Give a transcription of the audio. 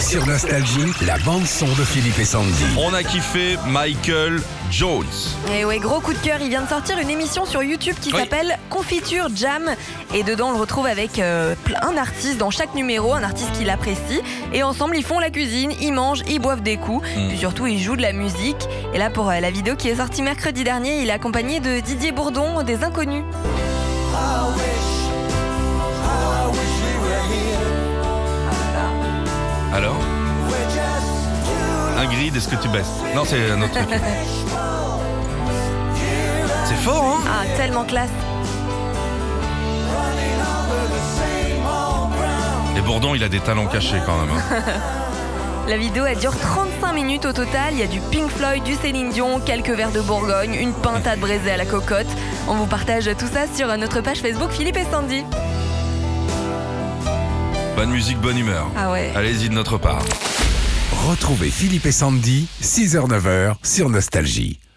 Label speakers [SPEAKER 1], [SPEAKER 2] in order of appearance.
[SPEAKER 1] Sur Nostalgie, la bande-son de Philippe et Sandy.
[SPEAKER 2] On a kiffé Michael Jones.
[SPEAKER 3] Et ouais, gros coup de cœur, il vient de sortir une émission sur YouTube qui s'appelle Confiture Jam. Et dedans, on le retrouve avec un artiste dans chaque numéro, un artiste qu'il apprécie. Et ensemble, ils font la cuisine, ils mangent, ils boivent des coups. Puis surtout, ils jouent de la musique. Et là, pour la vidéo qui est sortie mercredi dernier, il est accompagné de Didier Bourdon, des Inconnus.
[SPEAKER 2] Alors Ingrid, est-ce que tu baisses? Non, c'est un autre truc. C'est fort, hein?
[SPEAKER 3] Ah, tellement classe.
[SPEAKER 2] Et Bourdon, il a des talents cachés quand même. Hein.
[SPEAKER 3] La vidéo, elle dure 35 minutes au total. Il y a du Pink Floyd, du Céline Dion, quelques verres de Bourgogne, une pintade braisée à la cocotte. On vous partage tout ça sur notre page Facebook Philippe et Sandy.
[SPEAKER 2] Bonne musique, bonne humeur.
[SPEAKER 3] Ah ouais.
[SPEAKER 2] Allez-y de notre part.
[SPEAKER 1] Retrouvez Philippe et Sandy, 6h-9h sur Nostalgie.